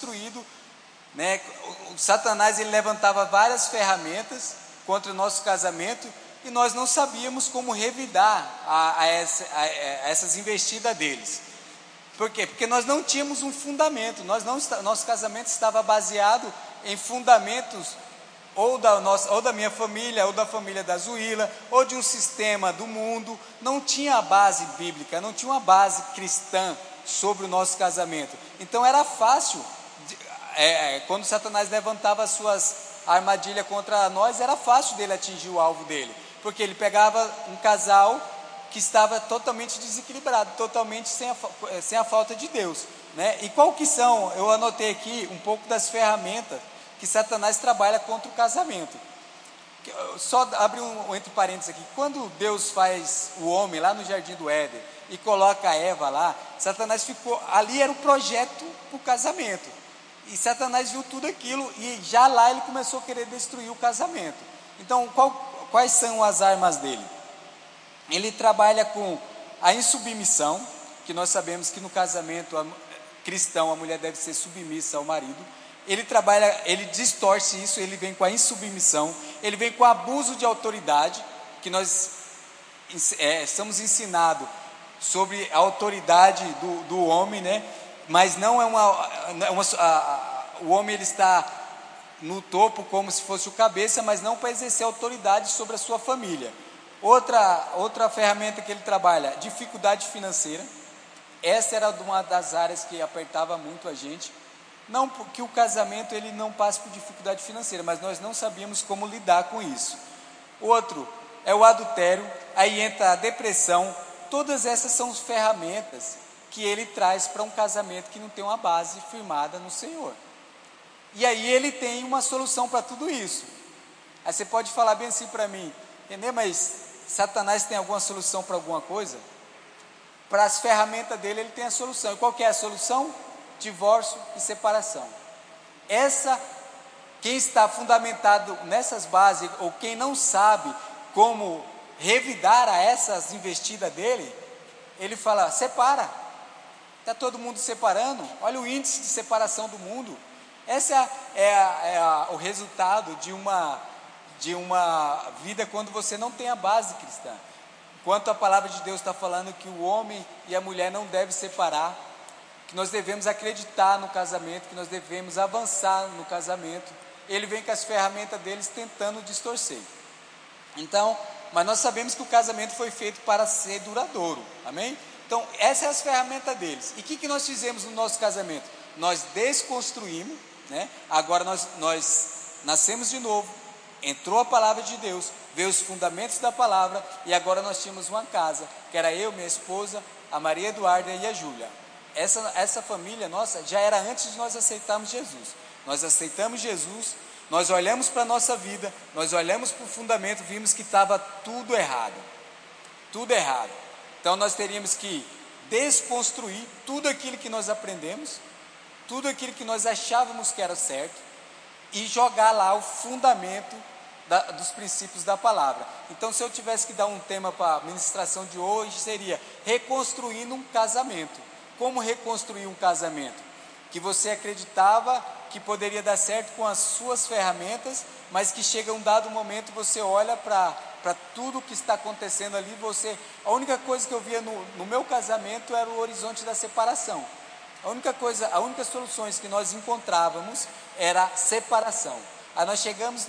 destruído, né? O Satanás, ele levantava várias ferramentas contra o nosso casamento, e nós não sabíamos como revidar a essas investidas deles. Por quê? Porque nós não tínhamos um fundamento, nosso casamento estava baseado em fundamentos ou da minha família, ou da família da Zuíla, ou de um sistema do mundo. Não tinha a base bíblica, não tinha uma base cristã sobre o nosso casamento. Então era fácil, quando Satanás levantava as suas armadilhas contra nós, era fácil dele atingir o alvo dele, porque ele pegava um casal que estava totalmente desequilibrado, totalmente sem a falta de Deus, né? E qual que são, eu anotei aqui um pouco das ferramentas que Satanás trabalha contra o casamento. Só abre entre parênteses aqui, quando Deus faz o homem lá no Jardim do Éden e coloca a Eva lá, Satanás ficou, ali era o projeto para o casamento, e Satanás viu tudo aquilo, e já lá ele começou a querer destruir o casamento. Então quais são as armas dele? Ele trabalha com a insubmissão, que nós sabemos que no casamento cristão a mulher deve ser submissa ao marido. Ele distorce isso, ele vem com a insubmissão, ele vem com o abuso de autoridade, que nós estamos ensinados sobre a autoridade do homem, né? Mas não o homem, ele está no topo como se fosse o cabeça, mas não para exercer autoridade sobre a sua família. Outra ferramenta que ele trabalha, dificuldade financeira. Essa era uma das áreas que apertava muito a gente. Não que o casamento ele não passe por dificuldade financeira, mas nós não sabíamos como lidar com isso. Outro é o adultério, aí entra a depressão. Todas essas são as ferramentas que ele traz para um casamento que não tem uma base firmada no Senhor. E aí ele tem uma solução para tudo isso. Aí você pode falar bem assim para mim, Renê, mas Satanás tem alguma solução para alguma coisa? Para as ferramentas dele, ele tem a solução. E qual que é a solução? Divórcio e separação. Quem está fundamentado nessas bases, ou quem não sabe como revidar a essas investidas dele, ele fala, separa. Está todo mundo separando, olha o índice de separação do mundo. Esse o resultado de uma vida quando você não tem a base cristã. Enquanto a palavra de Deus está falando que o homem e a mulher não devem separar, que nós devemos acreditar no casamento, que nós devemos avançar no casamento, ele vem com as ferramentas deles tentando distorcer. Então, mas nós sabemos que o casamento foi feito para ser duradouro, amém? Então, essas são as ferramentas deles. E o que nós fizemos no nosso casamento? Nós desconstruímos, né? Agora nós nascemos de novo, entrou a palavra de Deus, veio os fundamentos da palavra, e agora nós tínhamos uma casa, que era eu, minha esposa, a Maria Eduarda e a Júlia. Essa família nossa já era antes de nós aceitarmos Jesus. Nós aceitamos Jesus, nós olhamos para a nossa vida, nós olhamos para o fundamento, vimos que estava tudo errado. Tudo errado. Então nós teríamos que desconstruir tudo aquilo que nós aprendemos, tudo aquilo que nós achávamos que era certo, e jogar lá o fundamento dos princípios da palavra. Então, se eu tivesse que dar um tema para a ministração de hoje, seria reconstruindo um casamento. Como reconstruir um casamento? Que você acreditava que poderia dar certo com as suas ferramentas, mas que chega um dado momento, você olha para tudo que está acontecendo ali, a única coisa que eu via no meu casamento era o horizonte da separação. A única soluções que nós encontrávamos era separação. Aí nós chegamos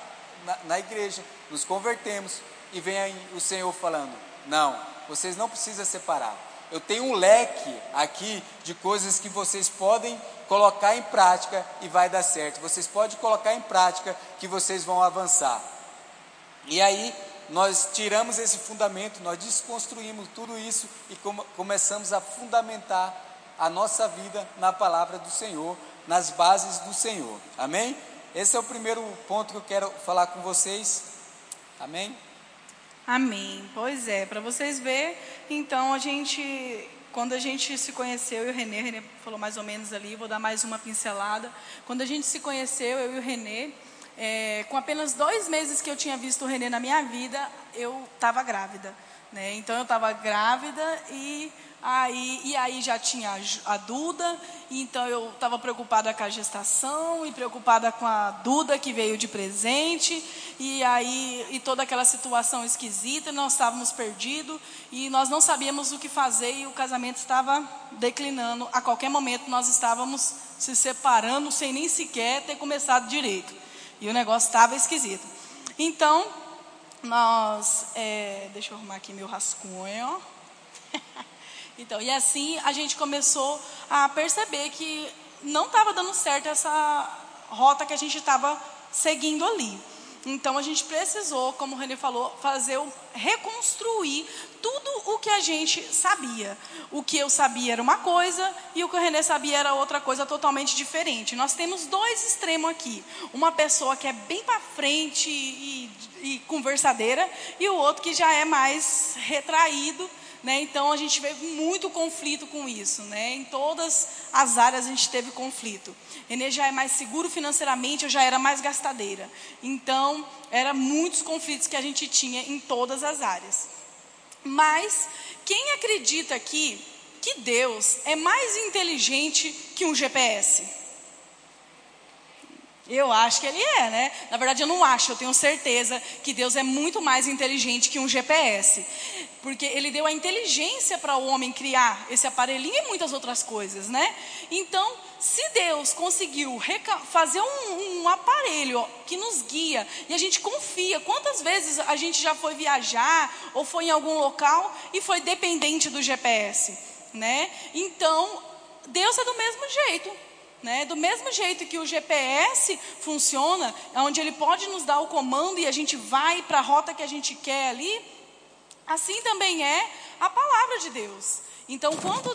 na igreja, nos convertemos, e vem aí o Senhor falando, não, vocês não precisam separar. Eu tenho um leque aqui de coisas que vocês podem colocar em prática e vai dar certo. Vocês podem colocar em prática que vocês vão avançar. E aí nós tiramos esse fundamento, nós desconstruímos tudo isso e começamos a fundamentar a nossa vida na palavra do Senhor, nas bases do Senhor. Amém? Esse é o primeiro ponto que eu quero falar com vocês. Amém? Amém. Pois é, para vocês verem, então quando a gente se conheceu, eu e o Renê falou mais ou menos ali, vou dar mais uma pincelada. Quando a gente se conheceu, eu e o Renê, com apenas 2 meses que eu tinha visto o Renê na minha vida, eu estava grávida. né? Então eu estava grávida e aí já tinha a Duda, então eu estava preocupada com a gestação e preocupada com a Duda que veio de presente, e toda aquela situação esquisita, nós estávamos perdidos e nós não sabíamos o que fazer e o casamento estava declinando. A qualquer momento nós estávamos se separando sem nem sequer ter começado direito, e o negócio estava esquisito. Então deixa eu arrumar aqui meu rascunho. Então, e assim a gente começou a perceber que não estava dando certo essa rota que a gente estava seguindo ali. Então a gente precisou, como o Renê falou, reconstruir tudo o que a gente sabia. O que eu sabia era uma coisa e o que o Renê sabia era outra coisa totalmente diferente. Nós temos dois extremos aqui. Uma pessoa que é bem para frente e conversadeira, e o outro que já é mais retraído, né? Então a gente teve muito conflito com isso, né? Em todas as áreas a gente teve conflito. Renê já é mais seguro financeiramente, eu já era mais gastadeira. Então eram muitos conflitos que a gente tinha em todas as áreas. Mas quem acredita aqui que Deus é mais inteligente que um GPS? Eu acho que ele é, né? Na verdade eu não acho, eu tenho certeza que Deus é muito mais inteligente que um GPS. Porque ele deu a inteligência para o homem criar esse aparelhinho e muitas outras coisas, né? Então, se Deus conseguiu fazer um aparelho que nos guia e a gente confia, quantas vezes a gente já foi viajar ou foi em algum local e foi dependente do GPS, né? Então, Deus é do mesmo jeito, né? Do mesmo jeito que o GPS funciona, onde ele pode nos dar o comando e a gente vai para a rota que a gente quer ali, assim também é a palavra de Deus. Então,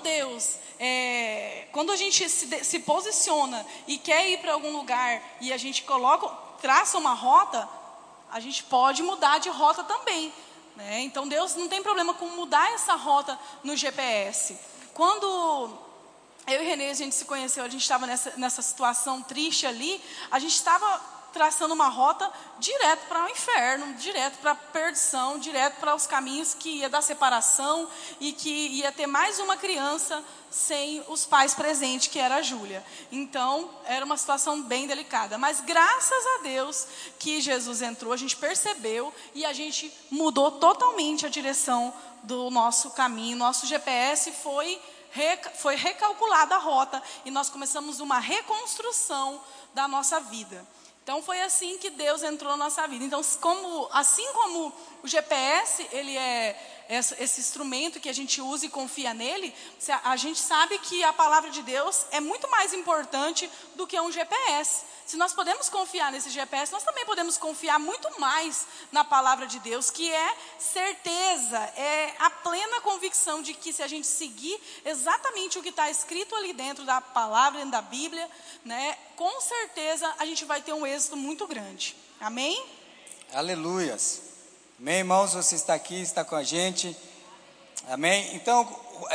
quando a gente se posiciona e quer ir para algum lugar e a gente traça uma rota, a gente pode mudar de rota também, né? Então, Deus não tem problema com mudar essa rota no GPS. Quando eu e Renê, a gente se conheceu, a gente estava nessa situação triste ali, a gente estava traçando uma rota direto para o inferno, direto para a perdição, direto para os caminhos que ia dar separação e que ia ter mais uma criança sem os pais presentes, que era a Júlia. Então, era uma situação bem delicada. Mas graças a Deus que Jesus entrou, a gente percebeu e a gente mudou totalmente a direção do nosso caminho. Nosso GPS foi recalculada a rota e nós começamos uma reconstrução da nossa vida. Então foi assim que Deus entrou na nossa vida. Então, assim como o GPS, ele é esse instrumento que a gente usa e confia nele, a gente sabe que a palavra de Deus é muito mais importante do que um GPS. Se nós podemos confiar nesse GPS, nós também podemos confiar muito mais na palavra de Deus, que é certeza, é a plena convicção de que se a gente seguir exatamente o que está escrito ali dentro da palavra, dentro da Bíblia, né, com certeza a gente vai ter um êxito muito grande. Amém? Aleluias. Amém, irmãos? Você está aqui, está com a gente. Amém? Então,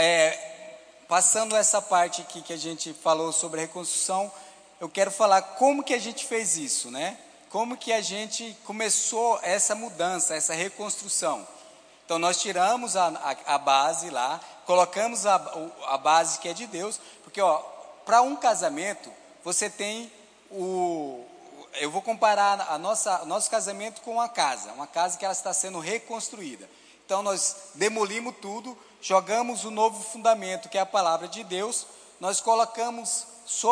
passando essa parte aqui que a gente falou sobre a reconstrução, eu quero falar como que a gente fez isso, né? Como que a gente começou essa mudança, essa reconstrução. Então, nós tiramos a base lá, colocamos a base que é de Deus, porque, para um casamento, você tem eu vou comparar nosso casamento com uma casa que ela está sendo reconstruída. Então, nós demolimos tudo, jogamos o novo fundamento, que é a palavra de Deus, nós colocamos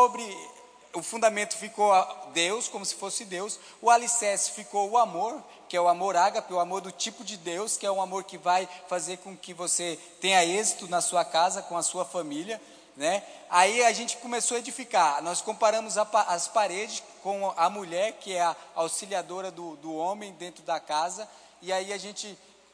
o fundamento ficou Deus, como se fosse Deus. O alicerce ficou o amor, que é o amor ágape, o amor do tipo de Deus, que é um amor que vai fazer com que você tenha êxito na sua casa, com a sua família, né? Aí a gente começou a edificar. Nós comparamos as paredes com a mulher, que é a auxiliadora do homem dentro da casa. E aí a gente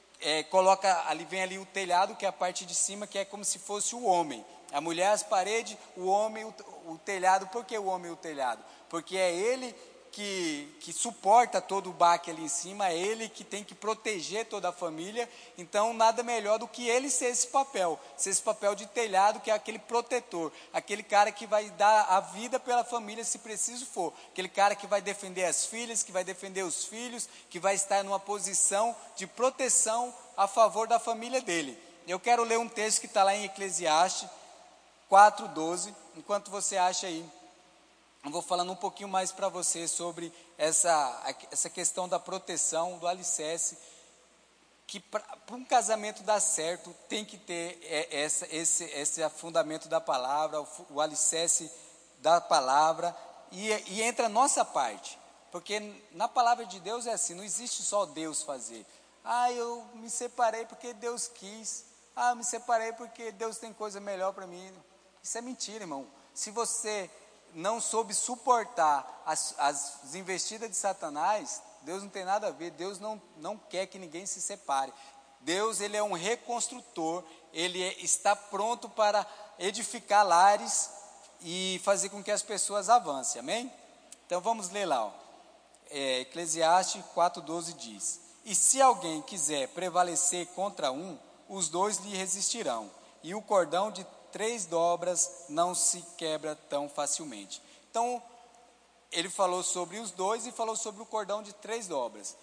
vem ali o telhado, que é a parte de cima, que é como se fosse o homem. A mulher, as paredes, o homem, o telhado. Por que o homem e o telhado? Porque é ele que suporta todo o baque ali em cima, é ele que tem que proteger toda a família. Então nada melhor do que ele ser esse papel de telhado, que é aquele protetor, aquele cara que vai dar a vida pela família se preciso for, aquele cara que vai defender as filhas, que vai defender os filhos, que vai estar numa posição de proteção a favor da família dele. Eu quero ler um texto que está lá em Eclesiastes 4:12, enquanto você acha aí. Eu vou falando um pouquinho mais para você sobre essa questão da proteção, do alicerce, que para um casamento dar certo tem que ter esse fundamento da palavra, o alicerce da palavra, e entra a nossa parte, porque na palavra de Deus é assim, não existe só Deus fazer. Eu me separei porque Deus quis, me separei porque Deus tem coisa melhor para mim. Isso é mentira, irmão. Se você não soube suportar as investidas de Satanás, Deus não tem nada a ver. Deus não quer que ninguém se separe. Deus, ele é um reconstrutor, ele está pronto para edificar lares e fazer com que as pessoas avancem, amém? Então vamos ler lá, Eclesiastes 4:12 diz: e se alguém quiser prevalecer contra um, os dois lhe resistirão, e o cordão de 3 dobras não se quebra tão facilmente. Então, ele falou sobre os dois e falou sobre o cordão de 3 dobras.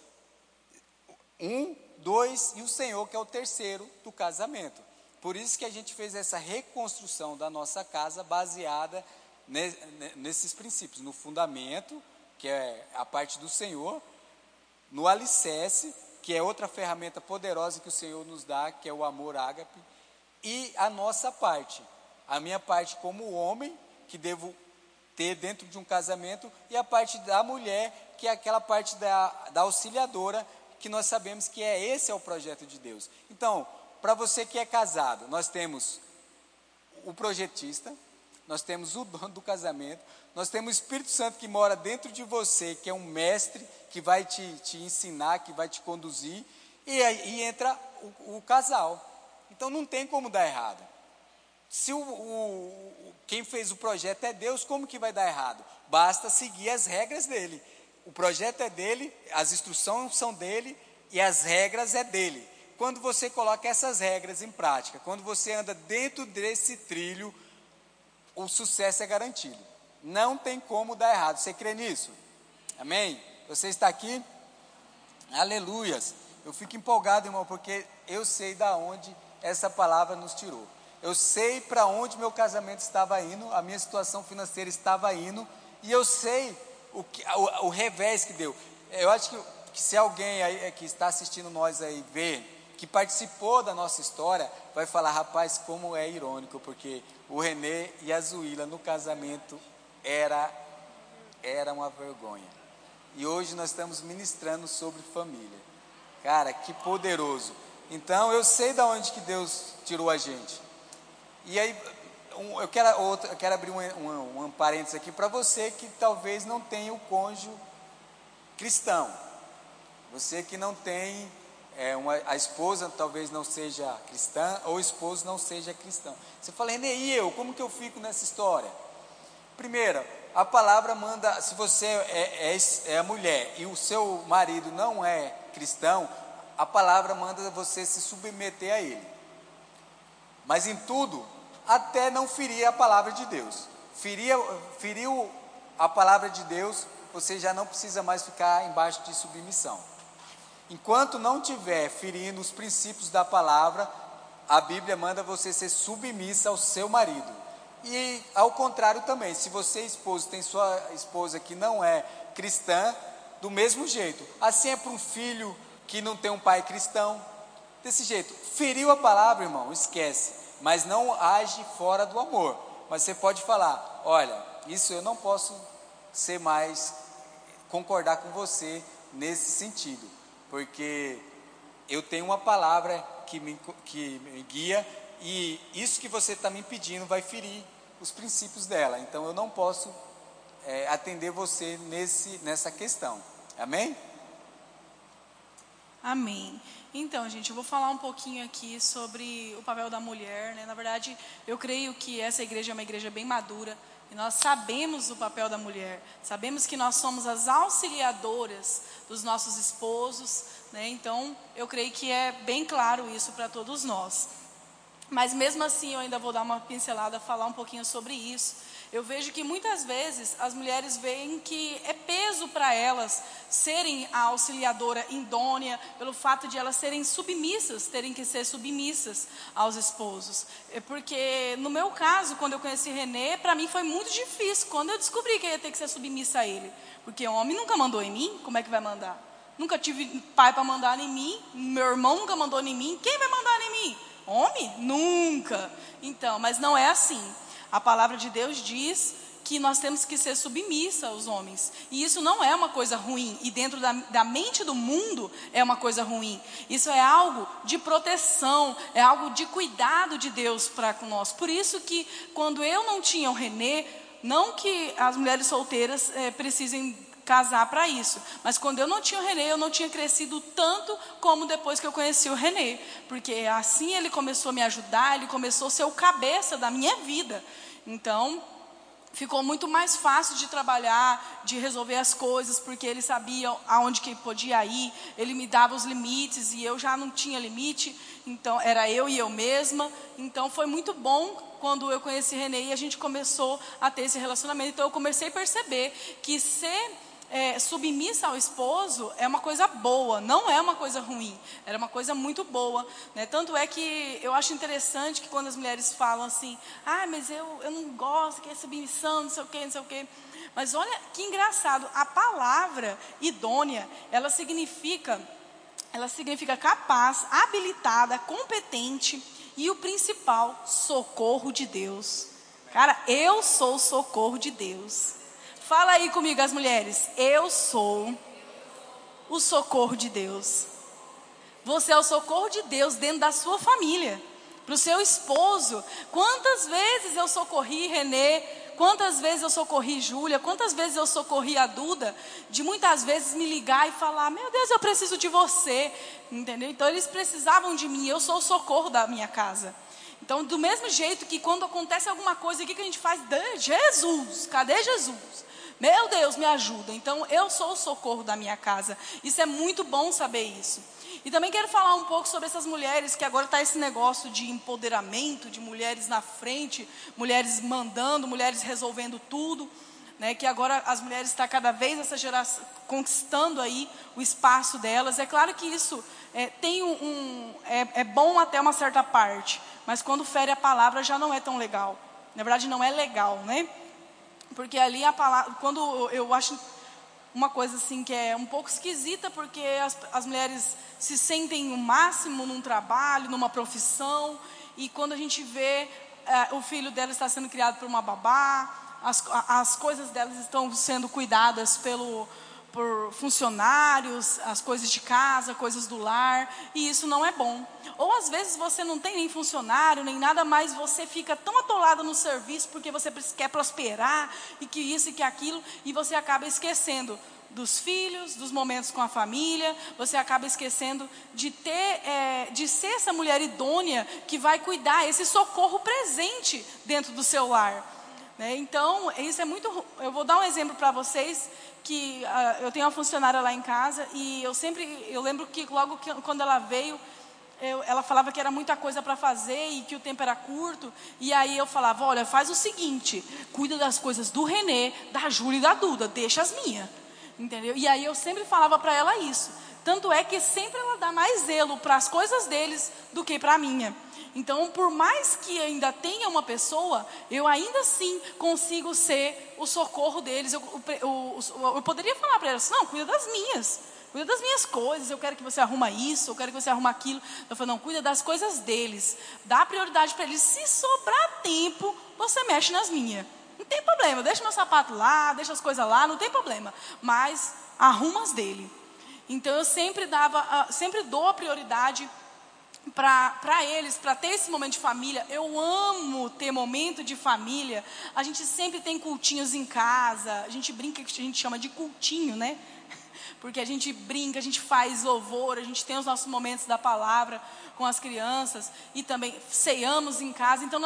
1, 2 e o Senhor, que é o terceiro do casamento. Por isso que a gente fez essa reconstrução da nossa casa baseada nesses princípios, no fundamento, que é a parte do Senhor, no alicerce, que é outra ferramenta poderosa que o Senhor nos dá, que é o amor ágape, e a nossa parte, a minha parte como homem, que devo ter dentro de um casamento, e a parte da mulher, que é aquela parte da auxiliadora, que nós sabemos que esse é o projeto de Deus. Então, para você que é casado, nós temos o projetista, nós temos o dono do casamento, nós temos o Espírito Santo que mora dentro de você, que é um mestre, que vai te ensinar, que vai te conduzir, e aí entra o casal. Então não tem como dar errado. Se quem fez o projeto é Deus, como que vai dar errado? Basta seguir as regras dele. O projeto é dele, as instruções são dele e as regras é dele. Quando você coloca essas regras em prática, quando você anda dentro desse trilho, o sucesso é garantido. Não tem como dar errado. Você crê nisso? Amém? Você está aqui? Aleluias. Eu fico empolgado, irmão, porque eu sei da onde essa palavra nos tirou. Eu sei para onde meu casamento estava indo, a minha situação financeira estava indo, e eu sei o revés que deu. Eu acho que se alguém aí que está assistindo nós aí ver, que participou da nossa história, vai falar, rapaz, como é irônico, porque o Renê e a Zuíla no casamento era uma vergonha. E hoje nós estamos ministrando sobre família. Cara, que poderoso. Então eu sei de onde que Deus tirou a gente. E aí eu quero abrir um parênteses aqui para você que talvez não tenha o cônjuge cristão. Você que não tem a esposa talvez não seja cristã, ou o esposo não seja cristão. Você fala, Renê, e eu? Como que eu fico nessa história? Primeiro, a palavra manda, se você é a mulher e o seu marido não é cristão, a palavra manda você se submeter a ele. Mas em tudo, até não ferir a palavra de Deus. Feriu a palavra de Deus, você já não precisa mais ficar embaixo de submissão. Enquanto não tiver ferindo os princípios da palavra, a Bíblia manda você ser submissa ao seu marido. E ao contrário também, se você esposo tem sua esposa que não é cristã, do mesmo jeito. Assim é para um filho que não tem um pai cristão, desse jeito. Feriu a palavra, irmão, esquece, mas não age fora do amor. Mas você pode falar, olha, isso eu não posso ser mais, concordar com você nesse sentido, porque eu tenho uma palavra que me guia, e isso que você está me pedindo vai ferir os princípios dela, então eu não posso atender você nessa questão, amém? Amém. Então, gente, eu vou falar um pouquinho aqui sobre o papel da mulher, né? Na verdade, eu creio que essa igreja é uma igreja bem madura. E nós sabemos o papel da mulher. Sabemos que nós somos as auxiliadoras dos nossos esposos, né? Então, eu creio que é bem claro isso para todos nós. Mas mesmo assim, eu ainda vou dar uma pincelada, falar um pouquinho sobre isso. Eu vejo que muitas vezes as mulheres veem que é peso para elas serem a auxiliadora idônea, pelo fato de elas serem submissas, terem que ser submissas aos esposos. Porque no meu caso, quando eu conheci Renê, para mim foi muito difícil, quando eu descobri que eu ia ter que ser submissa a ele. Porque o homem nunca mandou em mim, como é que vai mandar? Nunca tive pai para mandar em mim, meu irmão nunca mandou em mim, quem vai mandar em mim? Homem? Nunca. Então, mas não é assim. A palavra de Deus diz que nós temos que ser submissa aos homens. E isso não é uma coisa ruim. E dentro da mente do mundo é uma coisa ruim. Isso é algo de proteção, é algo de cuidado de Deus para com nós. Por isso que quando eu não tinha o Renê, não que as mulheres solteiras precisem casar para isso, mas quando eu não tinha o Renê, eu não tinha crescido tanto como depois que eu conheci o Renê, porque assim ele começou a me ajudar, ele começou a ser o cabeça da minha vida. Então ficou muito mais fácil de trabalhar, de resolver as coisas, porque ele sabia aonde que podia ir, ele me dava os limites e eu já não tinha limite, então era eu e eu mesma. Então foi muito bom quando eu conheci Renê e a gente começou a ter esse relacionamento. Então eu comecei a perceber que ser submissa ao esposo é uma coisa boa, não é uma coisa ruim, era uma coisa muito boa, né? Tanto é que eu acho interessante que quando as mulheres falam assim, mas eu não gosto, que é submissão, não sei o que, não sei o que. Mas olha que engraçado, a palavra idônea, ela significa capaz, habilitada, competente e o principal, socorro de Deus. Cara, eu sou o socorro de Deus. Fala aí comigo, as mulheres. Eu sou o socorro de Deus. Você é o socorro de Deus dentro da sua família, para o seu esposo. Quantas vezes eu socorri Renê, quantas vezes eu socorri Júlia, quantas vezes eu socorri a Duda, de muitas vezes me ligar e falar, meu Deus, eu preciso de você, entendeu? Então eles precisavam de mim, eu sou o socorro da minha casa. Então, do mesmo jeito que quando acontece alguma coisa, o que a gente faz? Jesus, cadê Jesus? Meu Deus, me ajuda. Então, eu sou o socorro da minha casa. Isso é muito bom saber isso. E também quero falar um pouco sobre essas mulheres, que agora está esse negócio de empoderamento, de mulheres na frente, mulheres mandando, mulheres resolvendo tudo, né? Que agora as mulheres estão cada vez, essa geração, conquistando aí o espaço delas. É claro que isso é bom até uma certa parte, mas quando fere a palavra já não é tão legal. Na verdade, não é legal, né? Porque ali a palavra, quando eu acho uma coisa assim que é um pouco esquisita, porque as mulheres se sentem o máximo num trabalho, numa profissão, e quando a gente vê o filho dela está sendo criado por uma babá, as coisas delas estão sendo cuidadas por funcionários, as coisas de casa, coisas do lar, e isso não é bom. Ou às vezes você não tem nem funcionário, nem nada mais, você fica tão atolado no serviço, porque você quer prosperar, e que isso e que aquilo, e você acaba esquecendo dos filhos, dos momentos com a família, você acaba esquecendo de ser essa mulher idônea, que vai cuidar, esse socorro presente dentro do seu lar, né? Então, isso é muito... Eu vou dar um exemplo para vocês, que eu tenho uma funcionária lá em casa, e eu lembro que logo quando ela veio, ela falava que era muita coisa para fazer e que o tempo era curto, e aí eu falava, olha, faz o seguinte, cuida das coisas do Renê, da Júlia e da Duda, deixa as minhas, entendeu? E aí eu sempre falava para ela isso, tanto é que sempre ela dá mais zelo para as coisas deles do que para a minha. Então, por mais que ainda tenha uma pessoa, eu ainda assim consigo ser o socorro deles. Eu poderia falar para elas, não, cuida das minhas coisas, eu quero que você arruma isso, eu quero que você arruma aquilo. Eu falo, não, cuida das coisas deles, dá prioridade para eles. Se sobrar tempo, você mexe nas minhas. Não tem problema, deixa meu sapato lá, deixa as coisas lá, não tem problema. Mas arruma as dele. Então, eu sempre dou a prioridade para eles, para ter esse momento de família. Eu amo ter momento de família. A gente sempre tem cultinhos em casa. A gente brinca que a gente chama de cultinho, né? porque a gente brinca, a gente faz louvor, a gente tem os nossos momentos da palavra com as crianças e também ceiamos em casa. Então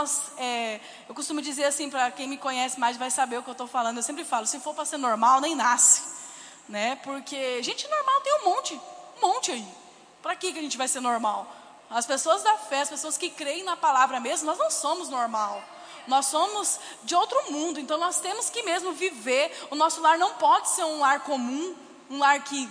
eu costumo dizer assim, para quem me conhece mais vai saber o que eu estou falando, eu sempre falo, se for para ser normal, nem nasce, né? Porque gente normal tem um monte aí. Para que a gente vai ser normal? As pessoas da fé, as pessoas que creem na palavra mesmo, nós não somos normal. Nós somos de outro mundo, então nós temos que mesmo viver. O nosso lar não pode ser um lar comum, um lar que...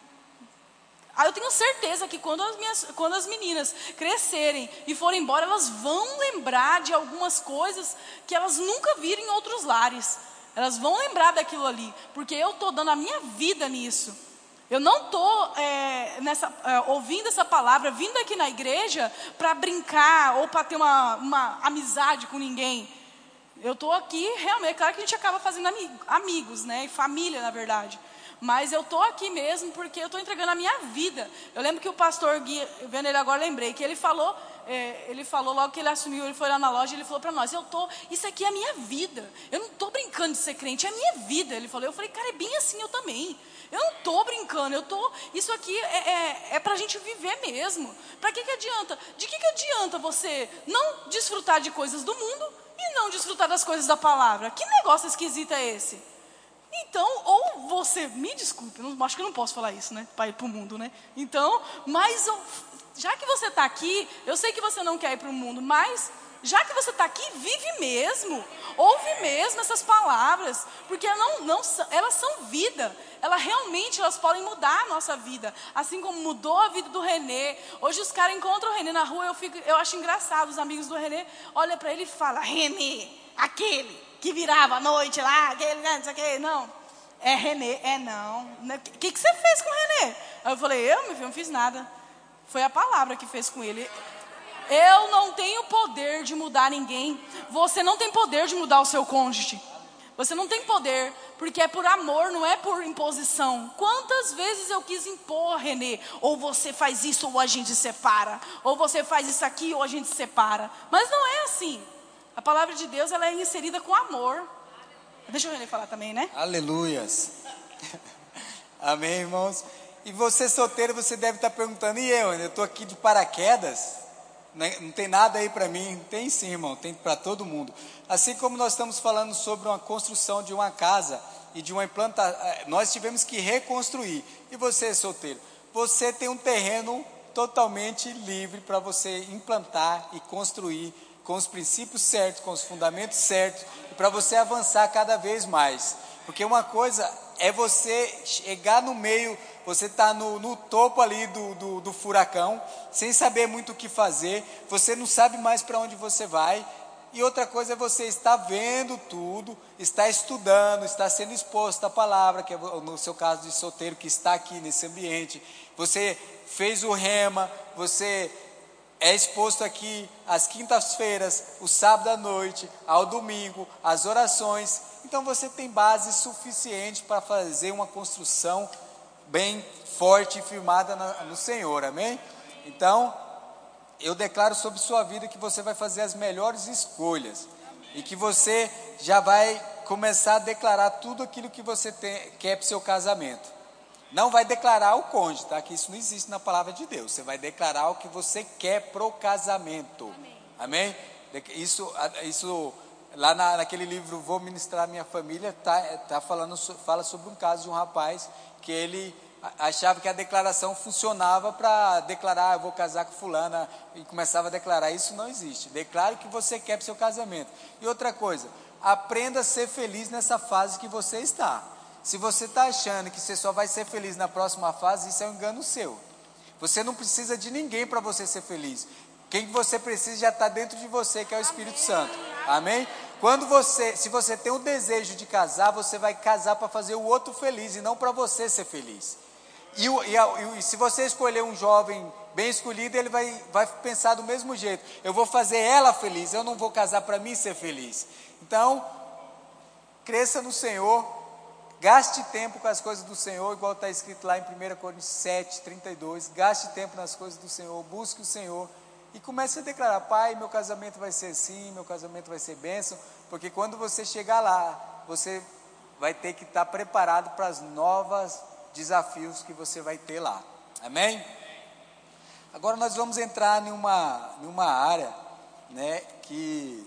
eu tenho certeza que quando as meninas crescerem e forem embora, elas vão lembrar de algumas coisas que elas nunca viram em outros lares. Elas vão lembrar daquilo ali, porque eu estou dando a minha vida nisso. Eu não estou ouvindo essa palavra, vindo aqui na igreja para brincar ou para ter uma amizade com ninguém. Eu estou aqui realmente, é claro que a gente acaba fazendo amigos, né? E família, na verdade. Mas eu estou aqui mesmo porque eu estou entregando a minha vida. Eu lembro que o pastor Gui, vendo ele agora, lembrei que ele falou logo que ele assumiu, ele foi lá na loja, ele falou para nós, isso aqui é a minha vida. Eu não estou brincando de ser crente, é a minha vida. Ele falou, eu falei, cara, é bem assim, eu também. Eu não estou brincando, isso aqui é para a gente viver mesmo. Para que adianta? De que adianta você não desfrutar de coisas do mundo e não desfrutar das coisas da palavra? Que negócio esquisito é esse? Então, ou você, me desculpe, acho que eu não posso falar isso, né? Para ir para o mundo, né? Então, mas já que você está aqui, eu sei que você não quer ir para o mundo, mas já que você está aqui, vive mesmo, ouve mesmo essas palavras, porque elas são vida, elas podem mudar a nossa vida, assim como mudou a vida do Renê. Hoje os caras encontram o Renê na rua, eu acho engraçado, os amigos do Renê olham para ele e falam, Renê, aquele que virava à noite lá, aquele, não sei o que, não, é Renê, não, o que você fez com o Renê? Aí eu falei, meu filho, não fiz nada, foi a palavra que fez com ele. Eu não tenho poder de mudar ninguém. Você não tem poder de mudar o seu cônjuge. Você não tem poder, porque é por amor, não é por imposição. Quantas vezes eu quis impor, Renê, ou você faz isso ou a gente separa, ou você faz isso aqui ou a gente separa. Mas não é assim. A palavra de Deus, ela é inserida com amor. Deixa o Renê falar também, né? Aleluias. Amém, irmãos? E você solteiro, você deve estar perguntando, e eu estou aqui de paraquedas? Não tem nada aí para mim? Tem sim, irmão, tem para todo mundo. Assim como nós estamos falando sobre uma construção de uma casa e de uma implantação, nós tivemos que reconstruir. E você, solteiro, você tem um terreno totalmente livre para você implantar e construir com os princípios certos, com os fundamentos certos, e para você avançar cada vez mais. Porque uma coisa é você chegar no meio, você está no topo ali do furacão, sem saber muito o que fazer, você não sabe mais para onde você vai. E outra coisa é você estar vendo tudo, estar estudando, estar sendo exposto à palavra, que é no seu caso de solteiro que está aqui nesse ambiente. Você fez o rema, você é exposto aqui às quintas-feiras, o sábado à noite, ao domingo, às orações. Então você tem base suficiente para fazer uma construção bem forte e firmada no Senhor, amém? Então, eu declaro sobre sua vida que você vai fazer as melhores escolhas, e que você já vai começar a declarar tudo aquilo que você quer para o seu casamento. Não vai declarar o cônjuge, tá? Que isso não existe na palavra de Deus. Você vai declarar o que você quer pro casamento, amém? Isso lá naquele livro Vou Ministrar Minha Família, fala sobre um caso de um rapaz que ele achava que a declaração funcionava para declarar, eu vou casar com fulana, e começava a declarar. Isso não existe. Declare o que você quer para o seu casamento. E outra coisa, aprenda a ser feliz nessa fase que você está. Se você está achando que você só vai ser feliz na próxima fase, isso é um engano seu. Você não precisa de ninguém para você ser feliz. Quem você precisa já está dentro de você, que é o Espírito Santo. Amém? Se você tem o desejo de casar, você vai casar para fazer o outro feliz e não para você ser feliz. E se você escolher um jovem bem escolhido, ele vai pensar do mesmo jeito. Eu vou fazer ela feliz, eu não vou casar para mim ser feliz. Então, cresça no Senhor. Gaste tempo com as coisas do Senhor, igual está escrito lá em 1 Coríntios 7, 32. Gaste tempo nas coisas do Senhor, busque o Senhor e comece a declarar: Pai, meu casamento vai ser assim, meu casamento vai ser bênção, porque quando você chegar lá, você vai ter que estar preparado para as novas desafios que você vai ter lá. Amém? Agora nós vamos entrar em uma área, né, que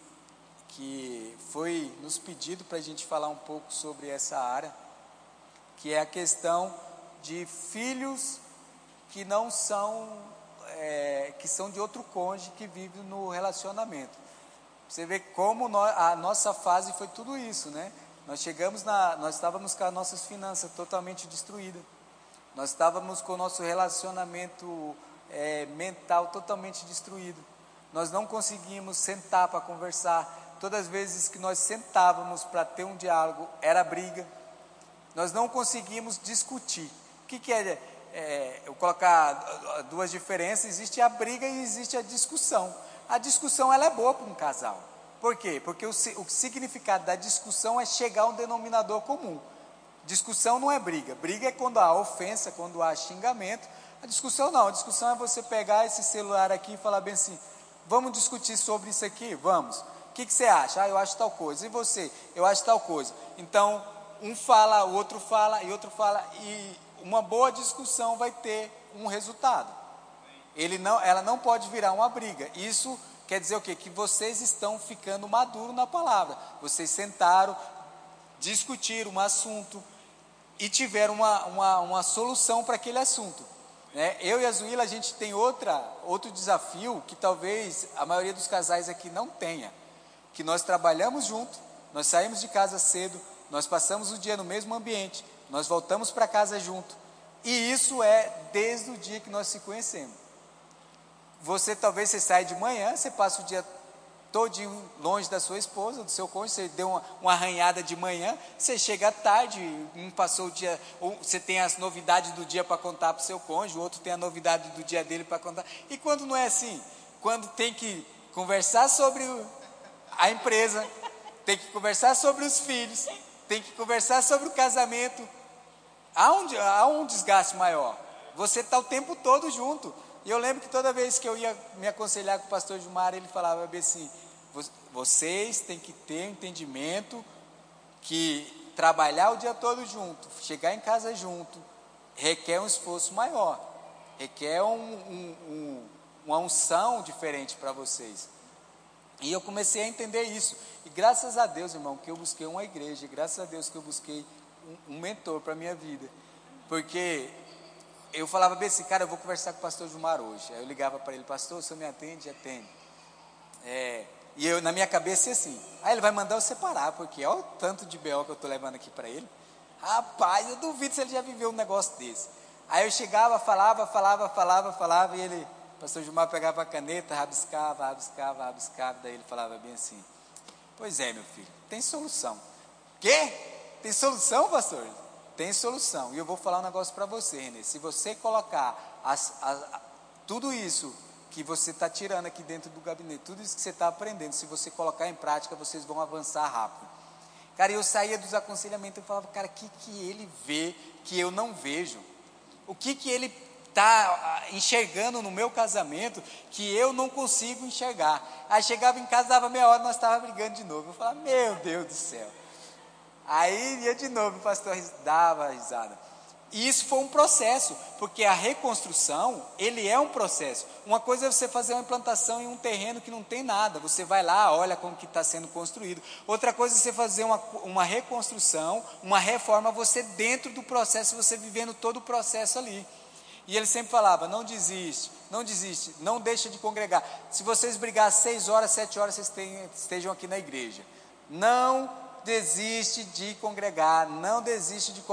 foi nos pedido para a gente falar um pouco sobre essa área, que é a questão de filhos que não são, que são de outro cônjuge que vive no relacionamento. Você vê como a nossa fase foi tudo isso, né? Nós estávamos com as nossas finanças totalmente destruídas. Nós estávamos com o nosso relacionamento mental totalmente destruído. Nós não conseguimos sentar para conversar. Todas as vezes que nós sentávamos para ter um diálogo, era briga. Nós não conseguimos discutir. O que é? Eu colocar duas diferenças: existe a briga e existe a discussão. A discussão, ela é boa para um casal. Por quê? Porque o significado da discussão é chegar a um denominador comum. Discussão não é briga. Briga é quando há ofensa, quando há xingamento. A discussão não. A discussão é você pegar esse celular aqui e falar bem assim: vamos discutir sobre isso aqui? Vamos. O que você acha? Eu acho tal coisa. E você? Eu acho tal coisa. Então, um fala, o outro fala, e outro fala, e uma boa discussão vai ter um resultado. Ela não pode virar uma briga. Isso quer dizer o quê? Que vocês estão ficando maduros na palavra. Vocês sentaram, discutiram um assunto e tiveram uma solução para aquele assunto, né? Eu e a Zuíla, a gente tem outro desafio que talvez a maioria dos casais aqui não tenha, que nós trabalhamos junto, nós saímos de casa cedo, nós passamos o dia no mesmo ambiente, nós voltamos para casa junto, e isso é desde o dia que nós se conhecemos. Talvez você saia de manhã, você passa o dia todinho longe da sua esposa, do seu cônjuge, você deu uma arranhada de manhã, você chega à tarde, um passou o dia, você tem as novidades do dia para contar para o seu cônjuge, o outro tem a novidade do dia dele para contar. E quando não é assim? Quando tem que conversar sobre a empresa, tem que conversar sobre os filhos, tem que conversar sobre o casamento, há um desgaste maior. Você está o tempo todo junto. E eu lembro que toda vez que eu ia me aconselhar com o pastor Gilmar, ele falava bem assim: vocês têm que ter um entendimento que trabalhar o dia todo junto, chegar em casa junto, requer um esforço maior, requer uma unção diferente para vocês. E eu comecei a entender isso. E graças a Deus, irmão, que eu busquei uma igreja, graças a Deus que eu busquei um mentor para a minha vida. Porque eu falava bem assim: cara, eu vou conversar com o pastor Gilmar hoje. Aí eu ligava para ele: pastor, o senhor me atende? Atende. E eu, na minha cabeça, ia assim: ele vai mandar eu separar, porque olha o tanto de B.O. que eu estou levando aqui para ele. Rapaz, eu duvido se ele já viveu um negócio desse. Aí eu chegava, falava, e ele, pastor Gilmar, pegava a caneta, rabiscava, daí ele falava bem assim: pois é, meu filho, tem solução. Quê? Tem solução, pastor? Tem solução. E eu vou falar um negócio para você, Renê. Se você colocar tudo isso que você está tirando aqui dentro do gabinete, tudo isso que você está aprendendo, se você colocar em prática, vocês vão avançar rápido. Cara, eu saía dos aconselhamentos e falava: cara, o que ele vê que eu não vejo? O que ele está enxergando no meu casamento que eu não consigo enxergar? Aí chegava em casa, dava meia hora, nós estávamos brigando de novo. Eu falava: meu Deus do céu. Aí ia de novo, o pastor dava risada. E isso foi um processo, porque a reconstrução, ele é um processo. Uma coisa é você fazer uma implantação em um terreno que não tem nada, você vai lá, olha como que está sendo construído. Outra coisa é você fazer uma reconstrução, uma reforma, você dentro do processo, você vivendo todo o processo ali. E ele sempre falava: não desiste, não deixa de congregar. Se vocês brigarem 6 horas, 7 horas, vocês estejam aqui na igreja. Não desiste de congregar, não desiste de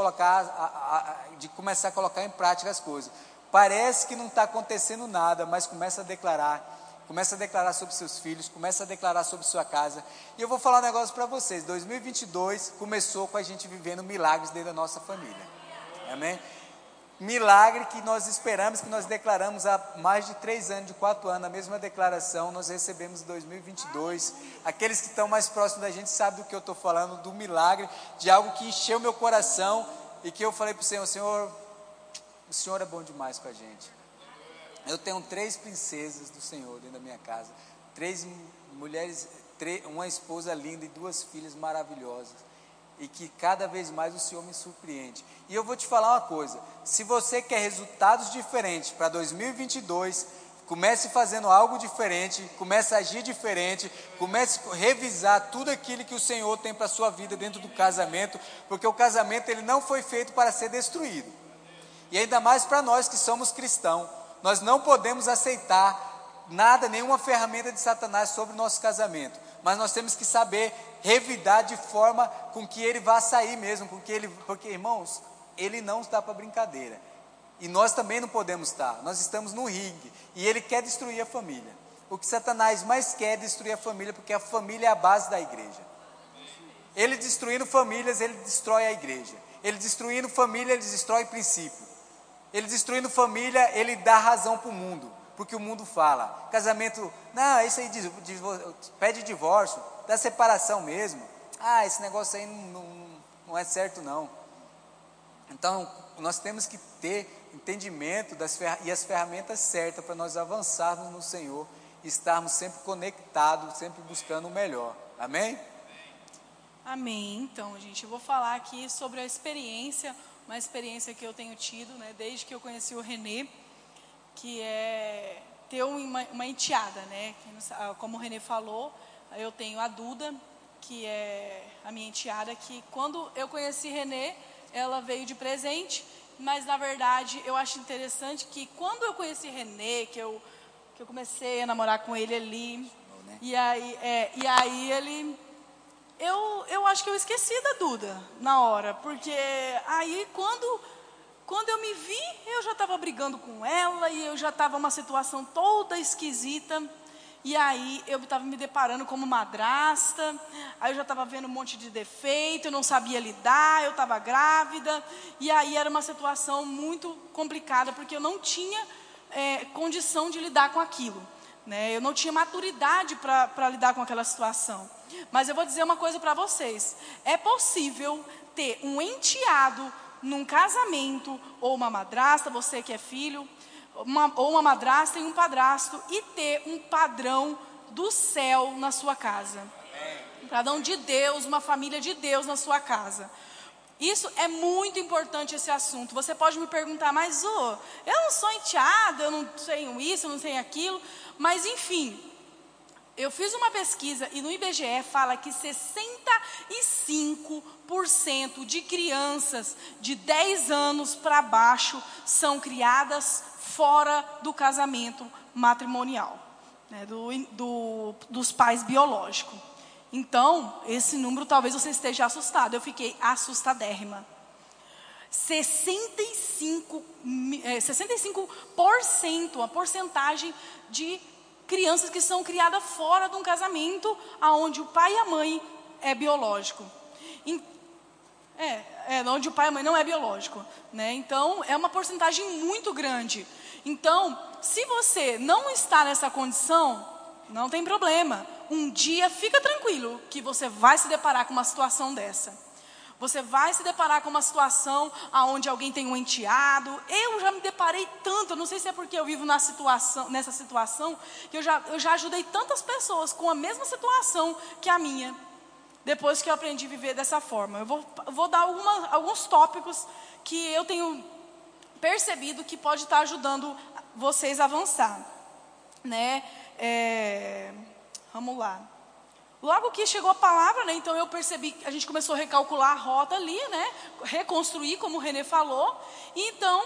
de começar a colocar em prática as coisas. Parece que não está acontecendo nada, mas começa a declarar sobre seus filhos, começa a declarar sobre sua casa. E eu vou falar um negócio para vocês: 2022 começou com a gente vivendo milagres dentro da nossa família. Amém? Milagre que nós esperamos, que nós declaramos há mais de 3 anos, de 4 anos, a mesma declaração, nós recebemos em 2022. Aqueles que estão mais próximos da gente sabem do que eu estou falando, do milagre, de algo que encheu meu coração, e que eu falei para o Senhor: Senhor, o Senhor é bom demais com a gente. Eu tenho 3 princesas do Senhor dentro da minha casa, 3 mulheres, uma esposa linda e 2 filhas maravilhosas. e que cada vez mais o Senhor me surpreende. E eu vou te falar uma coisa, se você quer resultados diferentes para 2022, comece fazendo algo diferente, comece a agir diferente, comece a revisar tudo aquilo que o Senhor tem para a sua vida dentro do casamento, porque o casamento ele não foi feito para ser destruído. E ainda mais para nós que somos cristãos, nós não podemos aceitar nada, nenhuma ferramenta de Satanás sobre o nosso casamento, mas nós temos que saber revidar de forma com que ele vá sair mesmo, porque irmãos, ele não está para brincadeira, e nós também não podemos estar, nós estamos no ringue, e ele quer destruir a família. O que Satanás mais quer é destruir a família, porque a família é a base da igreja. Ele destruindo famílias, ele destrói a igreja. Ele destruindo família, ele destrói princípio. Ele destruindo família, ele dá razão para o mundo, porque o mundo fala, casamento, não, isso aí pede divórcio, dá separação mesmo, esse negócio aí não é certo não. Então, nós temos que ter entendimento e as ferramentas certas para nós avançarmos no Senhor, e estarmos sempre conectados, sempre buscando o melhor, amém? Amém. Então, gente, eu vou falar aqui sobre a experiência, uma experiência que eu tenho tido, né, desde que eu conheci o Renê, que é ter uma enteada, né, como o Renê falou, eu tenho a Duda, que é a minha enteada, que quando eu conheci Renê, ela veio de presente, mas na verdade eu acho interessante que quando eu conheci Renê, que eu comecei a namorar com ele ali, e aí ele... Eu acho que eu esqueci da Duda na hora, porque aí quando eu me vi, eu já estava brigando com ela, e eu já estava numa situação toda esquisita, e aí eu estava me deparando como madrasta, aí eu já estava vendo um monte de defeito, eu não sabia lidar, eu estava grávida, e aí era uma situação muito complicada, porque eu não tinha condição de lidar com aquilo, né? Eu não tinha maturidade para lidar com aquela situação. Mas eu vou dizer uma coisa para vocês, é possível ter um enteado num casamento, ou uma madrasta, você que é filho, ou uma madrasta e um padrasto, e ter um padrão do céu na sua casa, um padrão de Deus, uma família de Deus na sua casa. Isso é muito importante, esse assunto. Você pode me perguntar, mas eu não sou enteada, eu não tenho isso, eu não tenho aquilo, mas enfim, eu fiz uma pesquisa e no IBGE fala que 65% de crianças de 10 anos para baixo são criadas fora do casamento matrimonial, né, dos pais biológicos. Então, esse número talvez você esteja assustado, eu fiquei assustadérrima. 65%, a porcentagem de crianças que são criadas fora de um casamento, onde o pai e a mãe é biológico. Onde o pai e a mãe não é biológico, né? Então, é uma porcentagem muito grande. Então, se você não está nessa condição, não tem problema. Um dia, fica tranquilo, que você vai se deparar com uma situação dessa. Você vai se deparar com uma situação onde alguém tem um enteado. Eu já me deparei tanto, não sei se é porque eu vivo nessa situação, que eu já ajudei tantas pessoas com a mesma situação que a minha, depois que eu aprendi a viver dessa forma. Eu vou dar alguns tópicos que eu tenho percebido que pode estar ajudando vocês a avançar, né? Vamos lá. Logo que chegou a palavra, né, então eu percebi, a gente começou a recalcular a rota ali, né, reconstruir, como o Renê falou. E então,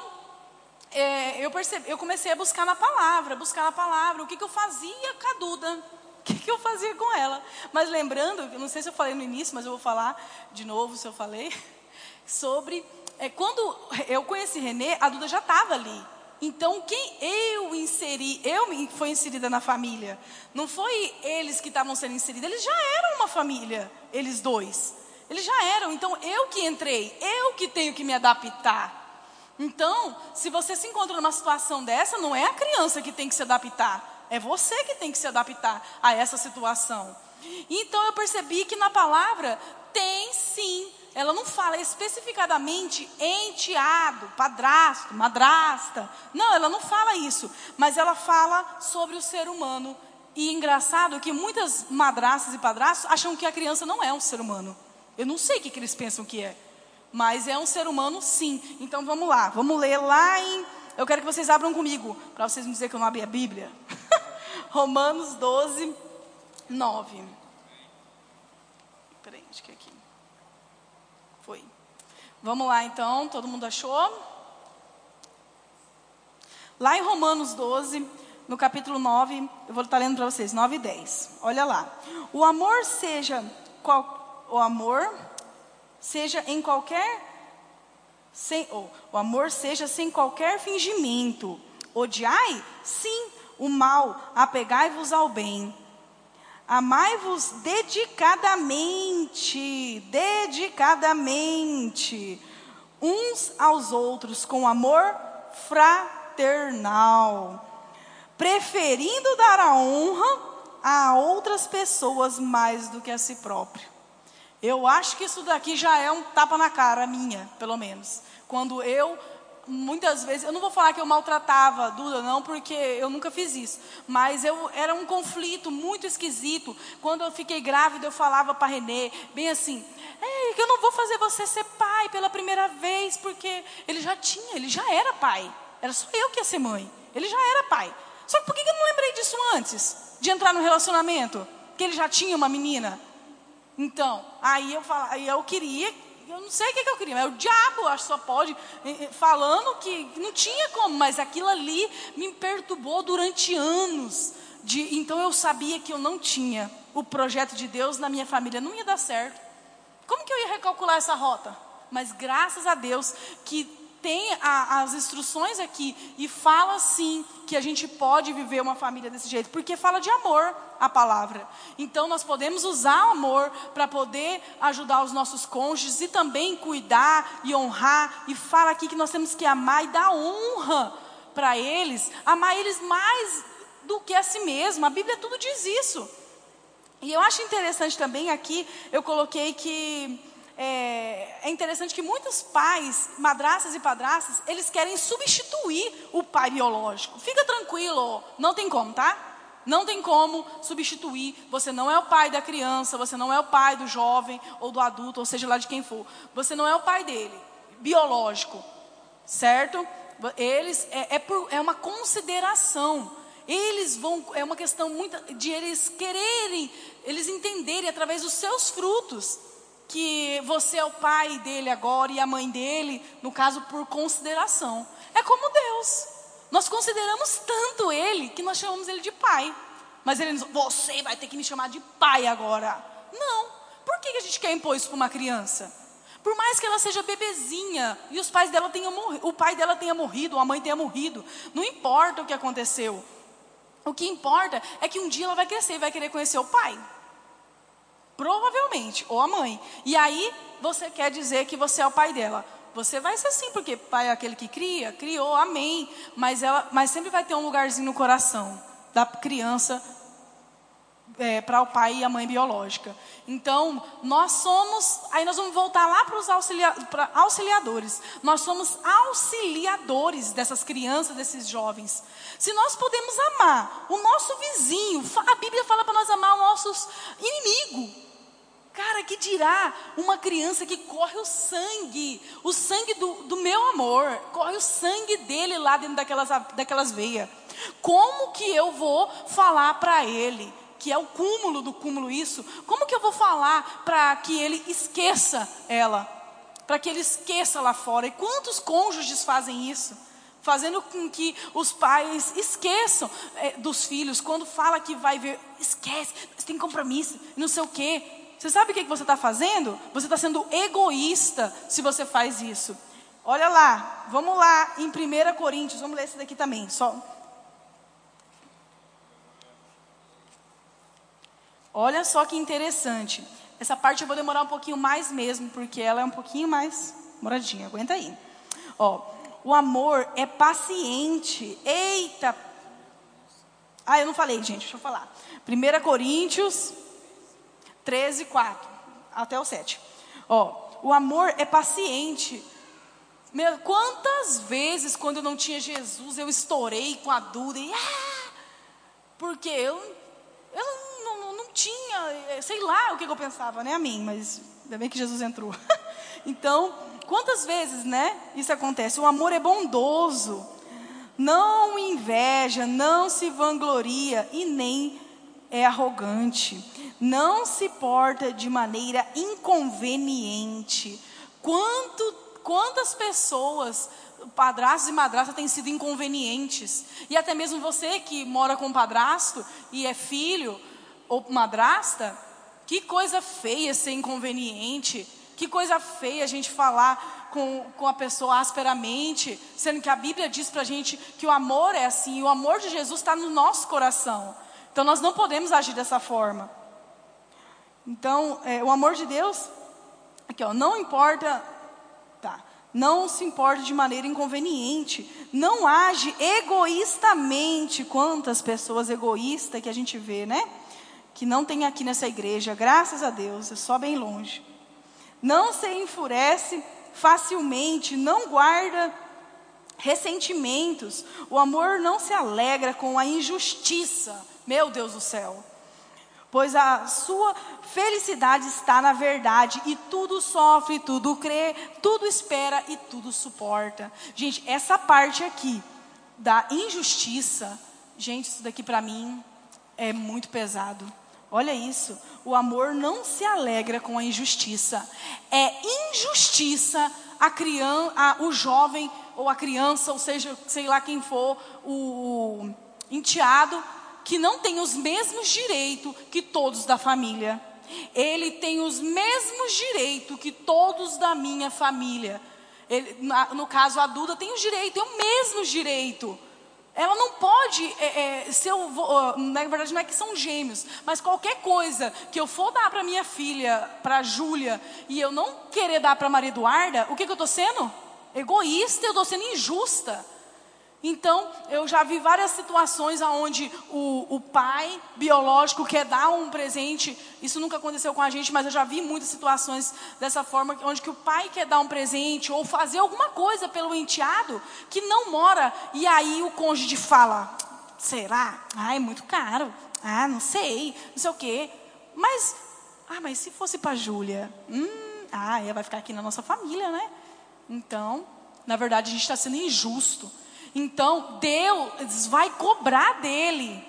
eu comecei a buscar na palavra, o que eu fazia com a Duda, o que eu fazia com ela. Mas lembrando, eu não sei se eu falei no início, mas eu vou falar de novo, se eu falei, sobre, quando eu conheci Renê, a Duda já estava ali. Então, quem foi inserida na família. Não foi eles que estavam sendo inseridos, eles já eram uma família, eles dois. Eles já eram, então eu que entrei, eu que tenho que me adaptar. Então, se você se encontra numa situação dessa, não é a criança que tem que se adaptar, é você que tem que se adaptar a essa situação. Então, eu percebi que na palavra tem sim. Ela não fala especificadamente enteado, padrasto, madrasta. Não, ela não fala isso. Mas ela fala sobre o ser humano. E engraçado que muitas madrastas e padrastos acham que a criança não é um ser humano. Eu não sei o que eles pensam que é, mas é um ser humano sim. Então vamos lá, vamos ler lá em... Eu quero que vocês abram comigo, para vocês não dizerem que eu não abri a Bíblia. Romanos 12, 9. Peraí, acho que é aqui. Foi. Vamos lá então, todo mundo achou? Lá em Romanos 12, no capítulo 9, eu vou estar lendo para vocês, 9 e 10. Olha lá. O amor seja em qualquer... o amor seja sem qualquer fingimento. Odiai, sim, o mal, apegai-vos ao bem. Amai-vos dedicadamente, uns aos outros, com amor fraternal, preferindo dar a honra a outras pessoas mais do que a si próprio. Eu acho que isso daqui já é um tapa na cara minha, pelo menos. Quando muitas vezes, eu não vou falar que eu maltratava a Duda, não, porque eu nunca fiz isso. Mas era um conflito muito esquisito. Quando eu fiquei grávida, eu falava para Renê, bem assim, que eu não vou fazer você ser pai pela primeira vez, porque ele já era pai. Era só eu que ia ser mãe. Ele já era pai. Só que por que eu não lembrei disso antes? De entrar no relacionamento? Que ele já tinha uma menina? Então, aí eu queria, eu não sei o que eu queria, mas o diabo, acho que só pode, falando que não tinha como, mas aquilo ali me perturbou durante anos. Então eu sabia que eu não tinha o projeto de Deus na minha família, não ia dar certo. Como que eu ia recalcular essa rota? Mas graças a Deus que tem as instruções aqui e fala sim que a gente pode viver uma família desse jeito, porque fala de amor a palavra. Então nós podemos usar o amor para poder ajudar os nossos cônjuges e também cuidar e honrar, e fala aqui que nós temos que amar e dar honra para eles, amar eles mais do que a si mesmo. A Bíblia tudo diz isso. E eu acho interessante também aqui, eu coloquei que é interessante que muitos pais, madrastas e padrastas, eles querem substituir o pai biológico. Fica tranquilo, não tem como, tá? Não tem como substituir. Você não é o pai da criança, você não é o pai do jovem ou do adulto, ou seja lá de quem for. Você não é o pai dele, biológico, certo? É uma consideração. É uma questão muito de eles quererem, eles entenderem através dos seus frutos que você é o pai dele agora e a mãe dele, no caso, por consideração. É como Deus. Nós consideramos tanto Ele que nós chamamos Ele de pai. Mas Ele diz, você vai ter que me chamar de pai agora. Não. Por que a gente quer impor isso para uma criança? Por mais que ela seja bebezinha e os pais dela o pai dela tenha morrido, ou a mãe tenha morrido, não importa o que aconteceu. O que importa é que um dia ela vai crescer e vai querer conhecer o pai. Provavelmente, ou a mãe. E aí, você quer dizer que você é o pai dela. Você vai ser assim, porque pai é aquele que criou, amém. Mas sempre vai ter um lugarzinho no coração da criança para o pai e a mãe biológica. Então, aí nós vamos voltar lá para os auxiliadores. Nós somos auxiliadores dessas crianças, desses jovens. Se nós podemos amar o nosso vizinho, a Bíblia fala para nós amar os nossos inimigos. Cara, que dirá uma criança que corre o sangue do meu amor, corre o sangue dele lá dentro daquelas veias. Como que eu vou falar para ele, que é o cúmulo do cúmulo isso, como que eu vou falar para que ele esqueça ela, para que ele esqueça lá fora? E quantos cônjuges fazem isso? Fazendo com que os pais esqueçam dos filhos, quando fala que vai ver, esquece, você tem compromisso, não sei o quê. Você sabe o que você está fazendo? Você está sendo egoísta se você faz isso. Olha lá, vamos lá em 1 Coríntios, vamos ler esse daqui também. Olha só que interessante. Essa parte eu vou demorar um pouquinho mais mesmo, porque ela é um pouquinho mais moradinha, aguenta aí. O amor é paciente. Eita! Eu não falei, gente, deixa eu falar. 1 Coríntios 13, 4, até o 7. O amor é paciente. Quantas vezes, quando eu não tinha Jesus, eu estourei com a Duda porque eu não tinha, sei lá o que eu pensava, né, a mim, mas Ainda bem que Jesus entrou. Então, quantas vezes, né, isso acontece? O amor é bondoso, não inveja, não se vangloria e nem é arrogante, não se porta de maneira inconveniente. Quantas pessoas, padrastos e madrastas, têm sido inconvenientes? E até mesmo você que mora com um padrasto e é filho ou madrasta, que coisa feia ser inconveniente, que coisa feia a gente falar com a pessoa asperamente, sendo que a Bíblia diz pra gente que o amor é assim, e o amor de Jesus está no nosso coração. Então nós não podemos agir dessa forma. Então, o amor de Deus, aqui ó, não importa, não se importa de maneira inconveniente, não age egoístamente. Quantas pessoas egoístas que a gente vê, né? Que não tem aqui nessa igreja, graças a Deus, é só bem longe. Não se enfurece facilmente, não guarda ressentimentos. O amor não se alegra com a injustiça, meu Deus do céu. Pois a sua felicidade está na verdade, e tudo sofre, tudo crê, tudo espera e tudo suporta. Gente, essa parte aqui da injustiça, gente, isso daqui para mim é muito pesado. Olha isso, o amor não se alegra com a injustiça. É injustiça o jovem ou a criança, ou seja, sei lá quem for, o enteado, que não tem os mesmos direitos que todos da família. Ele tem os mesmos direitos que todos da minha família. No caso, a Duda tem os direitos, tem o mesmo direito. Ela não pode, na verdade não é que são gêmeos, mas qualquer coisa que eu for dar para minha filha, para a Júlia, e eu não querer dar para a Maria Eduarda, o que eu estou sendo? Egoísta, eu estou sendo injusta. Então, eu já vi várias situações onde o pai biológico quer dar um presente. Isso nunca aconteceu com a gente, mas eu já vi muitas situações dessa forma, onde que o pai quer dar um presente ou fazer alguma coisa pelo enteado que não mora. E aí o cônjuge fala, será? Ah, é muito caro. Ah, não sei, não sei o quê. Mas se fosse para a Júlia? Ela vai ficar aqui na nossa família, né? Então, na verdade, a gente está sendo injusto. Então, Deus vai cobrar dele,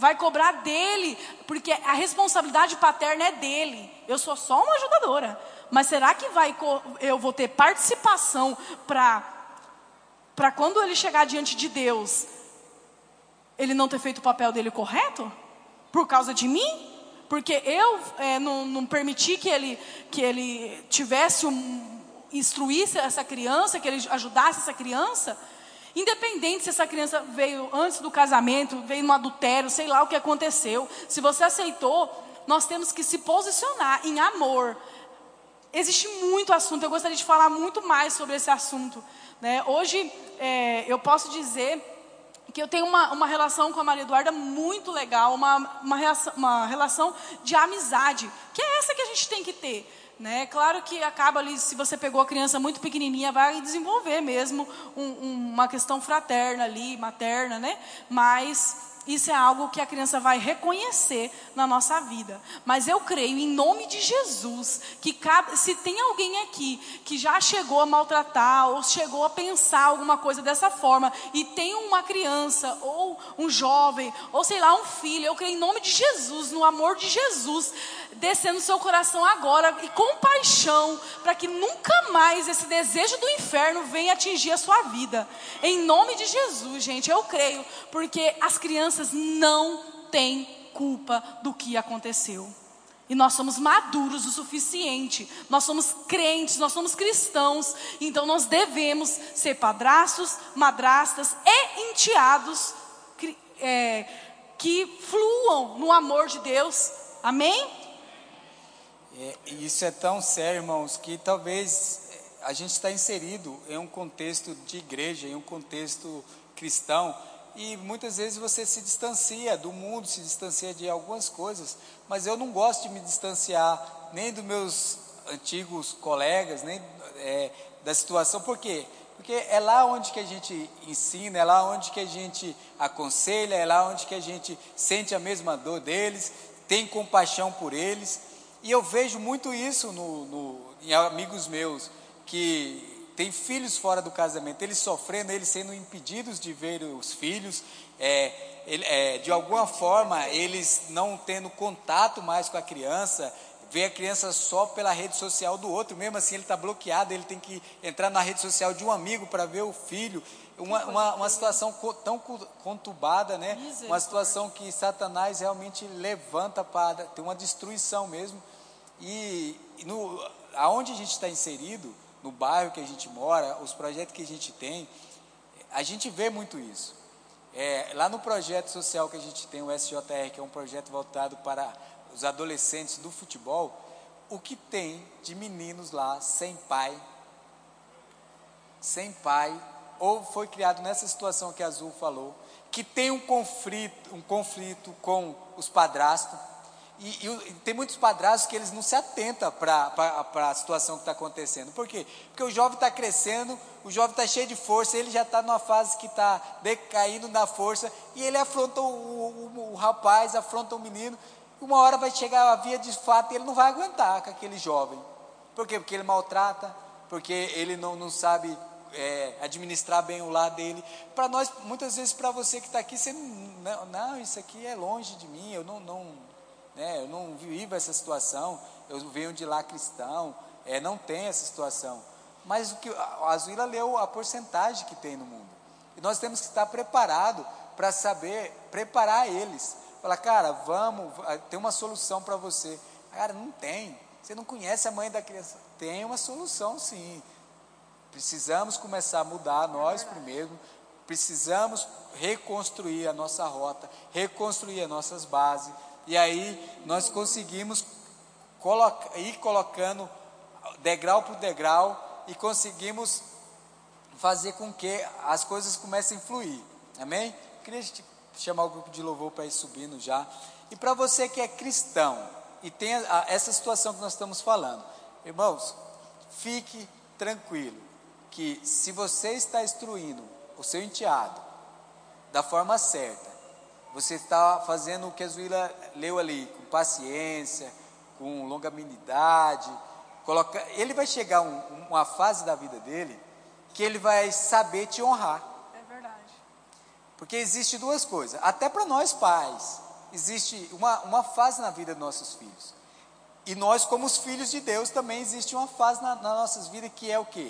porque a responsabilidade paterna é dele. Eu sou só uma ajudadora. Mas será que eu vou ter participação para quando ele chegar diante de Deus, ele não ter feito o papel dele correto? Por causa de mim? Porque eu não permiti que ele tivesse instruísse essa criança, que ele ajudasse essa criança? Independente se essa criança veio antes do casamento, veio no adultério, sei lá o que aconteceu. Se você aceitou, nós temos que se posicionar em amor. Existe muito assunto, eu gostaria de falar muito mais sobre esse assunto, né? Hoje, eu posso dizer que eu tenho uma relação com a Maria Eduarda muito legal, uma relação de amizade, que é essa que a gente tem que ter. Né? Claro que acaba ali, se você pegou a criança muito pequenininha, vai desenvolver mesmo uma questão fraterna ali, materna, né? Mas isso é algo que a criança vai reconhecer na nossa vida. Mas eu creio, em nome de Jesus, que se tem alguém aqui que já chegou a maltratar ou chegou a pensar alguma coisa dessa forma, e tem uma criança ou um jovem, ou sei lá, um filho, eu creio em nome de Jesus, no amor de Jesus, descendo no seu coração agora e com paixão, para que nunca mais esse desejo do inferno venha atingir a sua vida. Em nome de Jesus, gente, eu creio, porque as crianças não têm culpa do que aconteceu. E nós somos maduros o suficiente, nós somos crentes, nós somos cristãos, então nós devemos ser padrastos, madrastas e enteados que fluam no amor de Deus. Amém? Isso é tão sério, irmãos, que talvez a gente está inserido em um contexto de igreja, em um contexto cristão, e muitas vezes você se distancia do mundo, se distancia de algumas coisas, mas eu não gosto de me distanciar nem dos meus antigos colegas, nem da situação. Por quê? Porque é lá onde que a gente ensina, é lá onde que a gente aconselha, é lá onde que a gente sente a mesma dor deles, tem compaixão por eles. E eu vejo muito isso em amigos meus, que tem filhos fora do casamento, eles sofrendo, eles sendo impedidos de ver os filhos, de alguma forma, eles não tendo contato mais com a criança, vê a criança só pela rede social do outro, mesmo assim ele está bloqueado, ele tem que entrar na rede social de um amigo para ver o filho, uma situação tão conturbada, né? Uma situação que Satanás realmente levanta para ter uma destruição mesmo, aonde a gente está inserido, no bairro que a gente mora, os projetos que a gente tem, a gente vê muito isso. Lá no projeto social que a gente tem, o SJR, que é um projeto voltado para os adolescentes do futebol, o que tem de meninos lá sem pai, ou foi criado nessa situação que a Azul falou, que tem um conflito com os padrastos, e tem muitos padrastos que eles não se atentam para a situação que está acontecendo. Por quê? Porque o jovem está crescendo, o jovem está cheio de força, ele já está numa fase que está decaindo na força, e ele afronta o rapaz, afronta o menino, e uma hora vai chegar a via de fato, e ele não vai aguentar com aquele jovem. Por quê? Porque ele maltrata, porque ele não sabe administrar bem o lar dele. Para nós, muitas vezes, para você que está aqui, você não, isso aqui é longe de mim, eu não vivo essa situação, eu venho de lá cristão, não tem essa situação. Mas o que a Azuila leu a porcentagem que tem no mundo. E nós temos que estar preparados para saber preparar eles. Falar, cara, vamos, tem uma solução para você. Cara, não tem. Você não conhece a mãe da criança. Tem uma solução, sim. Precisamos começar a mudar nós primeiro. Precisamos reconstruir a nossa rota, reconstruir as nossas bases. E aí nós conseguimos ir colocando degrau por degrau e conseguimos fazer com que as coisas comecem a fluir. Amém? Queria chamar o grupo de louvor para ir subindo já. E para você que é cristão e tem essa situação que nós estamos falando, irmãos, fique tranquilo que se você está instruindo o seu enteado da forma certa, você está fazendo o que a Zuila leu ali, com paciência, com longanimidade, ele vai chegar uma fase da vida dele que ele vai saber te honrar. É verdade. Porque existe duas coisas, até para nós pais, existe uma fase na vida dos nossos filhos. E nós, como os filhos de Deus, também existe uma fase nas nossas vidas que é o quê?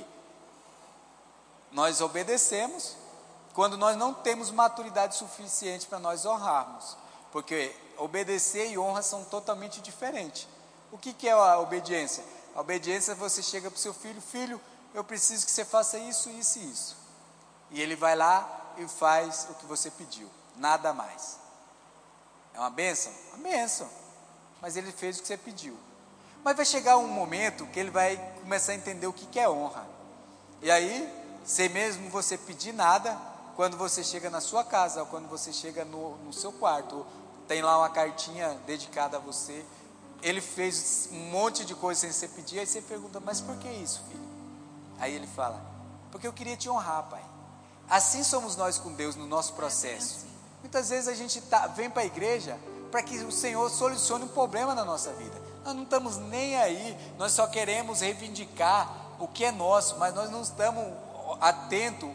Nós obedecemos quando nós não temos maturidade suficiente para nós honrarmos. Porque obedecer e honra são totalmente diferentes. O que é a obediência? A obediência, você chega para o seu filho, filho, eu preciso que você faça isso, isso e isso. E ele vai lá e faz o que você pediu, nada mais. É uma bênção? Uma bênção. Mas ele fez o que você pediu. Mas vai chegar um momento que ele vai começar a entender o que é honra. E aí, sem mesmo você pedir nada, quando você chega na sua casa, ou quando você chega no seu quarto, tem lá uma cartinha dedicada a você, ele fez um monte de coisa sem você pedir, aí você pergunta, mas por que isso, filho? Aí ele fala, porque eu queria te honrar, pai. Assim somos nós com Deus no nosso processo. Muitas vezes a gente vem para a igreja para que o Senhor solucione um problema na nossa vida. Nós não estamos nem aí, nós só queremos reivindicar o que é nosso, mas nós não estamos atentos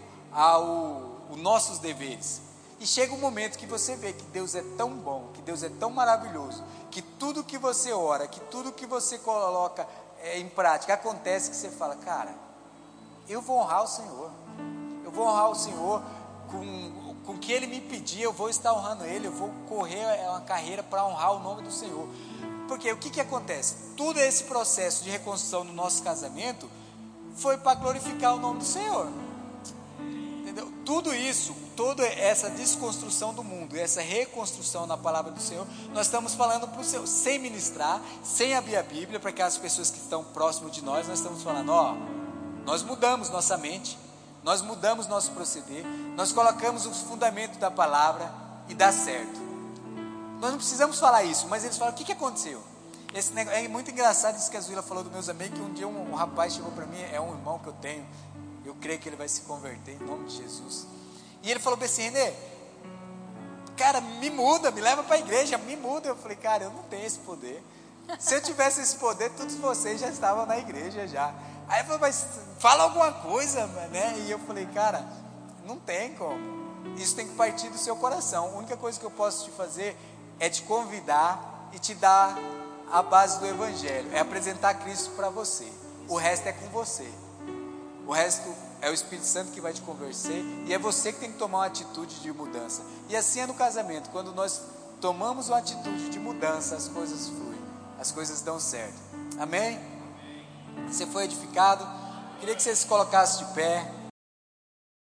aos nossos deveres. E chega um momento que você vê que Deus é tão bom, que Deus é tão maravilhoso, que tudo que você ora, que tudo que você coloca em prática, acontece que você fala, cara, eu vou honrar o Senhor, eu vou honrar o Senhor com o que Ele me pedir, eu vou estar honrando Ele, eu vou correr uma carreira para honrar o nome do Senhor. Porque o que acontece? Todo esse processo de reconstrução no nosso casamento foi para glorificar o nome do Senhor. Entendeu? Tudo isso, toda essa desconstrução do mundo, essa reconstrução na palavra do Senhor, nós estamos falando para o Senhor, sem ministrar, sem abrir a Bíblia, para aquelas pessoas que estão próximas de nós estamos falando, nós mudamos nossa mente, nós mudamos nosso proceder, nós colocamos os fundamentos da palavra e dá certo. Nós não precisamos falar isso, mas eles falam, o que aconteceu? Esse negócio, é muito engraçado isso que a Zuila falou dos meus amigos, que um dia um rapaz chegou para mim, é um irmão que eu tenho, eu creio que ele vai se converter em nome de Jesus. E ele falou assim, Renê, cara, me muda, me leva para a igreja, me muda. Eu falei, cara, eu não tenho esse poder. Se eu tivesse esse poder, todos vocês já estavam na igreja já. Aí eu falei, mas fala alguma coisa, né? E eu falei, cara, não tem como. Isso tem que partir do seu coração. A única coisa que eu posso te fazer é te convidar e te dar a base do evangelho. É apresentar Cristo para você. O resto é com você. O resto é o Espírito Santo que vai te convencer. E é você que tem que tomar uma atitude de mudança. E assim é no casamento. Quando nós tomamos uma atitude de mudança, as coisas fluem. As coisas dão certo. Amém? Você foi edificado? Queria que você se colocasse de pé.